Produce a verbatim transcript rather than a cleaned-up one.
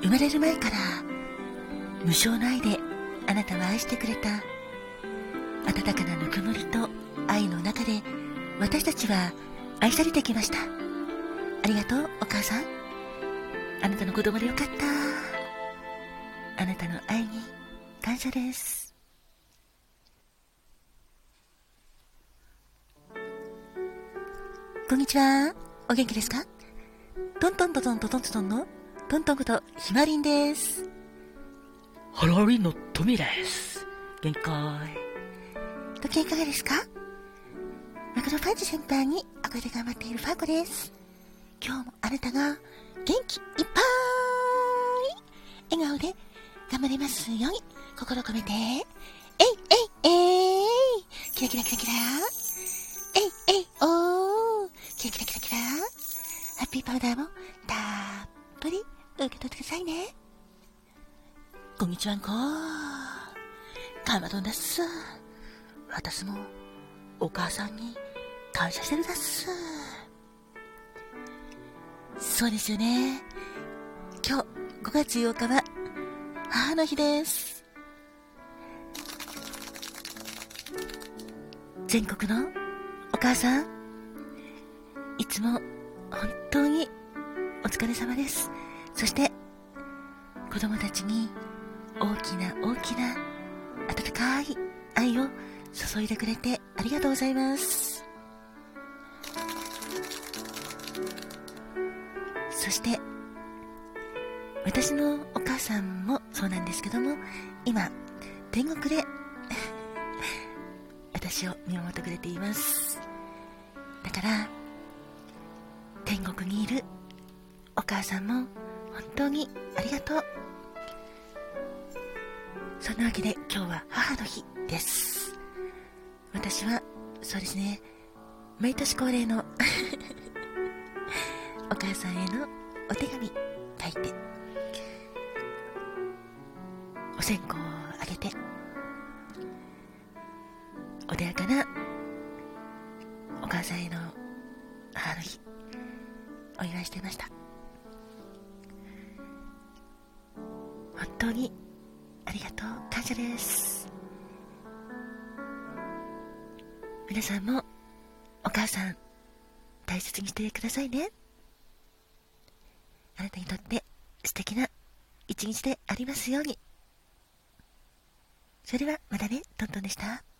生まれる前から無償の愛であなたは愛してくれた。温かなぬくもりと愛の中で私たちは愛されてきました。ありがとうお母さん。あなたの子供でよかった。あなたの愛に感謝です。こんにちは。お元気ですか？トントントントントントントンのトントンことひまりんです。 ハロリンのトミです。限界。 ご機嫌いかがですか？マクロファージ先輩に憧れで頑張っているファーコです。今日もあなたが元気いっぱい笑顔で頑張れますように心込めて、えいえいえいキラキラキラキラ、えいえいおーキラキラキラキラ、ハッピーパウダーもたっぷり受け取ってくださいね。こんにちはんこかまどんだっす。私もお母さんに感謝してるだっす。そうですよね。今日ごがつようかは母の日です。全国のお母さん、いつも本当にお疲れ様です。そして子供たちに大きな大きな温かい愛を注いでくれてありがとうございます。そして私のお母さんもそうなんですけども、今天国で私を見守ってくれています。だから天国にいるお母さんも本当にありがとう。そんなわけで今日は母の日です。私はそうですね、毎年恒例のお母さんへのお手紙書いて、お線香をあげて、穏やかなお母さんへの母の日お祝いしていました。本当にありがとう、感謝です。皆さんもお母さん大切にしてくださいね。あなたにとって素敵な一日でありますように。それではまたね、トントンでした。